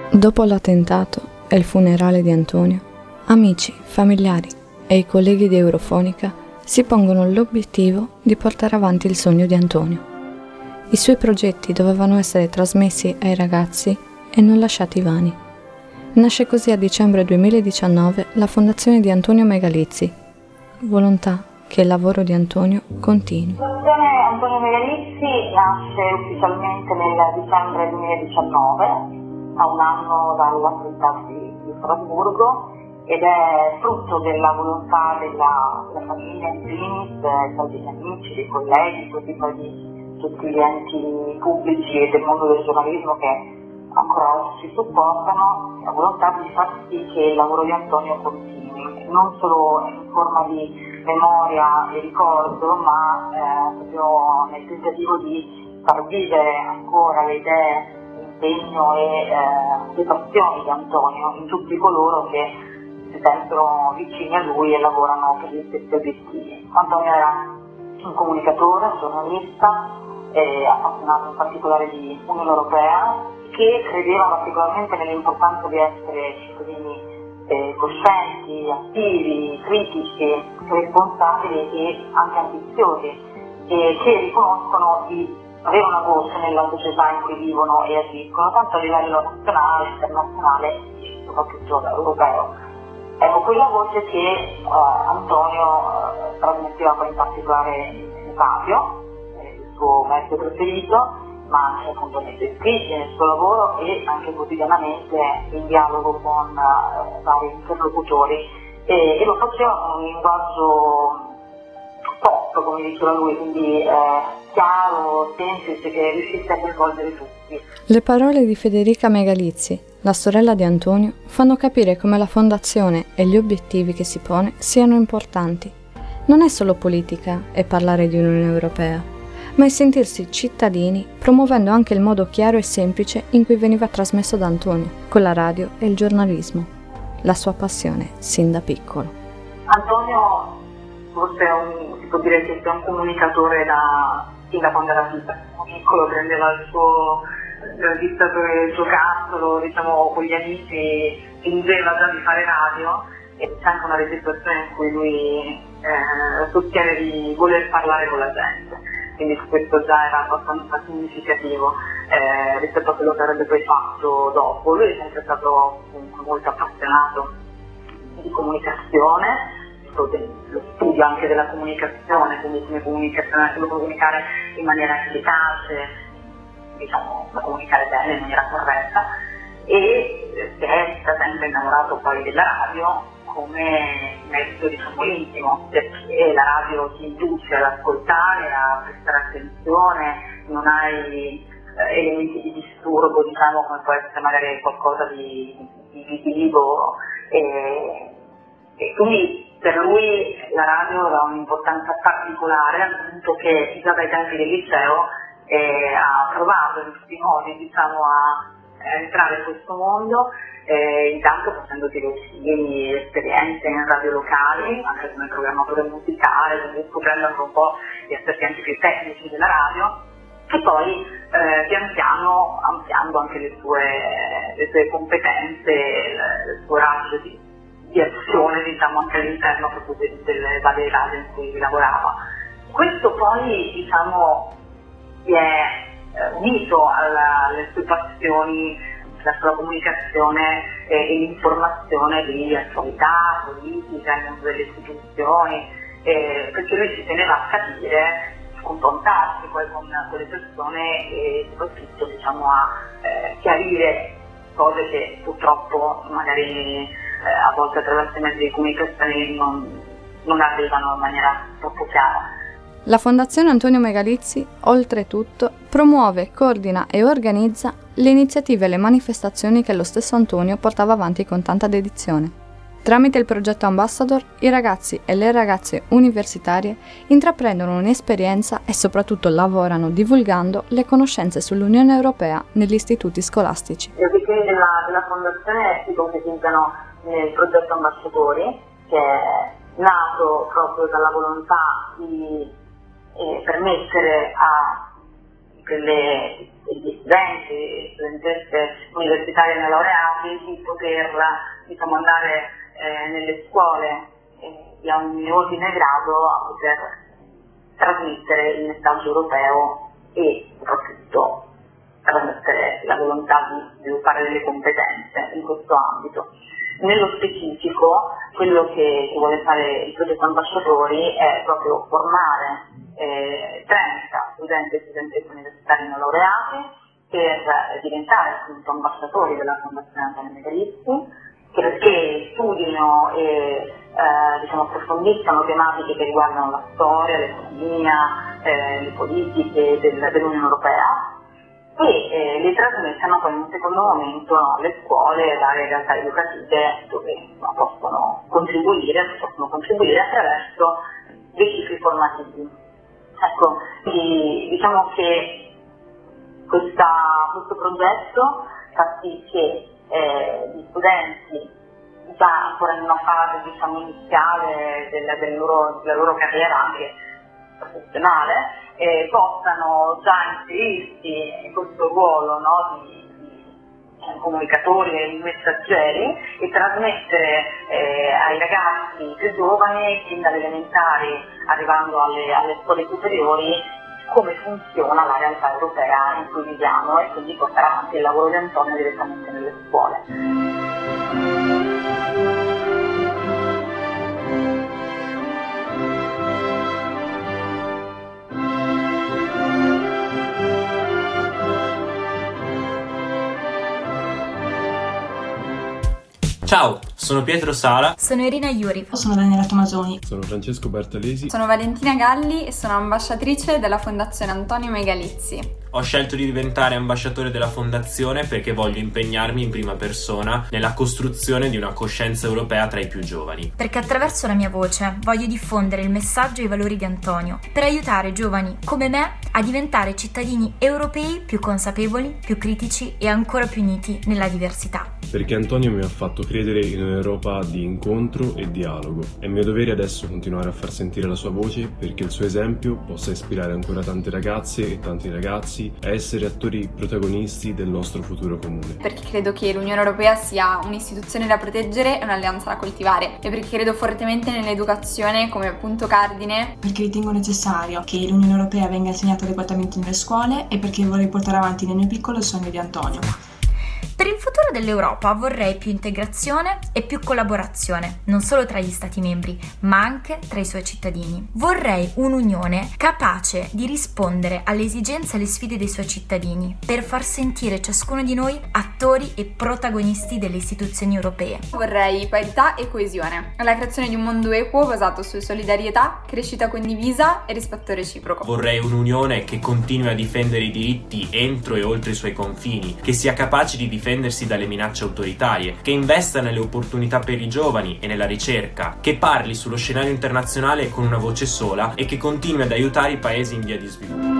Dopo l'attentato e il funerale di Antonio, amici, familiari e i colleghi di Eurofonica si pongono l'obiettivo di portare avanti il sogno di Antonio. I suoi progetti dovevano essere trasmessi ai ragazzi e non lasciati vani. Nasce così a dicembre 2019 la Fondazione di Antonio Megalizzi, volontà che il lavoro di Antonio continui. La Fondazione Antonio Megalizzi nasce ufficialmente nel dicembre 2019, a un anno dall'attentato di Strasburgo, ed è frutto della volontà della famiglia in primis, degli amici, dei colleghi, tutti gli enti pubblici e del mondo del giornalismo che ancora oggi ci supportano, la volontà di far sì che il lavoro di Antonio continui, non solo in forma di memoria e ricordo, ma proprio nel tentativo di far vivere ancora le idee, l'impegno e le passioni di Antonio in tutti coloro che si sentono vicini a lui e lavorano per gli stessi obiettivi. Antonio era un comunicatore, un giornalista, appassionato in particolare di Unione Europea, che credeva particolarmente nell'importanza di essere cittadini coscienti, attivi, critici, responsabili e anche ambiziosi, che riconoscono di avere una voce nella società in cui vivono e agiscono, tanto a livello nazionale, internazionale e soprattutto europeo. Ecco, quella voce che Antonio trasmetteva poi in particolare in radio, il suo mezzo preferito, ma anche appunto nei suoi scritti, nel suo lavoro e anche quotidianamente in dialogo con vari interlocutori, e lo faceva con un linguaggio pop, come diceva lui, quindi chiaro, semplice, che riuscisse a coinvolgere tutti. Le parole di Federica Megalizzi, la sorella di Antonio, fanno capire come la fondazione e gli obiettivi che si pone siano importanti. Non è solo politica e parlare di Unione Europea, ma è sentirsi cittadini, promuovendo anche il modo chiaro e semplice in cui veniva trasmesso da Antonio, con la radio e il giornalismo, la sua passione sin da piccolo. Antonio forse si può dire che sia un comunicatore sin da quando era piccolo, prendeva il suo giocattolo, diciamo, con gli amici, fingeva già di fare radio, e c'è anche una registrazione in cui lui sostiene di voler parlare con la gente, quindi questo già era abbastanza significativo rispetto a quello che avrebbe poi fatto dopo. Lui è sempre stato comunque molto appassionato di comunicazione, lo studio anche della comunicazione, quindi come comunicare in maniera efficace, diciamo, da comunicare bene, in maniera corretta, e si è sempre innamorato poi della radio come mezzo, diciamo, intimo, perché la radio ti induce ad ascoltare, a prestare attenzione, non hai elementi di disturbo, diciamo, come può essere magari qualcosa di visivo, e quindi per lui la radio aveva un'importanza particolare, al punto che già dai tempi del liceo ha provato in tutti i modi, diciamo, a entrare in questo mondo, intanto facendo tirocini, esperienze in radio locali, anche come programmatore musicale, quindi scoprendo anche un po' gli aspetti anche più tecnici della radio, e poi pian piano ampliando anche le sue competenze, il suo raggio di azione, diciamo, anche all'interno proprio delle varie radio in cui lavorava. Questo poi, diciamo, si è unito alle sue passioni, la sua comunicazione e l'informazione di attualità politica, nel mondo delle istituzioni, perché lui ci teneva a capire, confrontarsi poi con le persone e soprattutto, diciamo, a chiarire cose che purtroppo magari a volte attraverso i mezzi di comunicazione non arrivano in maniera troppo chiara. La Fondazione Antonio Megalizzi, oltretutto, promuove, coordina e organizza le iniziative e le manifestazioni che lo stesso Antonio portava avanti con tanta dedizione. Tramite il progetto Ambassador, i ragazzi e le ragazze universitarie intraprendono un'esperienza e soprattutto lavorano divulgando le conoscenze sull'Unione Europea negli istituti scolastici. Gli obiettivi della Fondazione si concretizzano nel progetto Ambasciatori, che è nato proprio dalla volontà di permettere ai per gli studenti e studentesse universitarie e laureati di poter andare nelle scuole di ogni ordine e grado a poter trasmettere il messaggio europeo e soprattutto trasmettere la volontà di sviluppare delle competenze in questo ambito. Nello specifico, quello che vuole fare il progetto Ambasciatori è proprio formare 30 studenti e studentesse universitari non laureati per diventare appunto ambasciatori della Fondazione Antonio Megalizzi, perché studino e approfondiscano tematiche che riguardano la storia, l'economia, le politiche dell'Unione Europea e le trasmettano poi in un secondo momento alle scuole e varie realtà educative dove possono contribuire attraverso dei cicli formativi. Ecco, diciamo che questo progetto fa sì che gli studenti già ancora in una fase iniziale della loro carriera anche professionale possano già inserirsi in questo ruolo di comunicatori e messaggeri e trasmettere ai ragazzi più giovani, fin dalle elementari arrivando alle scuole superiori, come funziona la realtà europea in cui viviamo e quindi portare avanti il lavoro di Antonio direttamente nelle scuole. Ciao, sono Pietro Sala. Sono Irina Iuri. Sono Daniela Tomasoni. Sono Francesco Bartalesi. Sono Valentina Galli e sono ambasciatrice della Fondazione Antonio Megalizzi. Ho scelto di diventare ambasciatore della fondazione perché voglio impegnarmi in prima persona nella costruzione di una coscienza europea tra i più giovani. Perché attraverso la mia voce voglio diffondere il messaggio e i valori di Antonio per aiutare giovani come me a diventare cittadini europei più consapevoli, più critici e ancora più uniti nella diversità. Perché Antonio mi ha fatto credere in un'Europa di incontro e dialogo. È mio dovere adesso continuare a far sentire la sua voce perché il suo esempio possa ispirare ancora tante ragazze e tanti ragazzi a essere attori protagonisti del nostro futuro comune. Perché credo che l'Unione Europea sia un'istituzione da proteggere e un'alleanza da coltivare e perché credo fortemente nell'educazione come punto cardine. Perché ritengo necessario che l'Unione Europea venga insegnata adeguatamente nelle scuole e perché vorrei portare avanti nel mio piccolo il sogno di Antonio. Per il futuro dell'Europa vorrei più integrazione e più collaborazione, non solo tra gli Stati membri, ma anche tra i suoi cittadini. Vorrei un'unione capace di rispondere alle esigenze e alle sfide dei suoi cittadini, per far sentire ciascuno di noi attori e protagonisti delle istituzioni europee. Vorrei parità e coesione, la creazione di un mondo equo basato su solidarietà, crescita condivisa e rispetto reciproco. Vorrei un'unione che continui a difendere i diritti entro e oltre i suoi confini, che sia capace di difendersi dalle minacce autoritarie, che investa nelle opportunità per i giovani e nella ricerca, che parli sullo scenario internazionale con una voce sola e che continui ad aiutare i paesi in via di sviluppo.